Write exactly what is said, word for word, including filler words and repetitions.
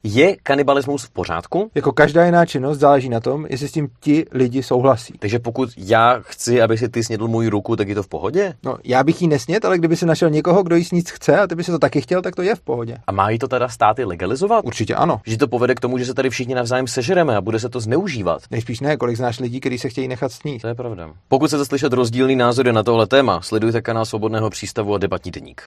Je kanibalismus v pořádku? Jako každá jiná činnost záleží na tom, jestli s tím ti lidi souhlasí. Takže pokud já chci, aby si ty snědl můj ruku, tak je to v pohodě? No, já bych jí nesnědl, ale kdyby se našel někoho, kdo jí sníst chce a ty by si to taky chtěl, tak to je v pohodě. A mají to teda státy legalizovat? Určitě ano. Že to povede k tomu, že se tady všichni navzájem sežereme a bude se to zneužívat. Nejspíš ne, kolik znáš lidí, kteří se chtějí nechat sníst. To je pravda. Pokud chcete slyšet rozdílný názory na tohle téma, sledujte kanál Svobodného přístavu a Debatní deník.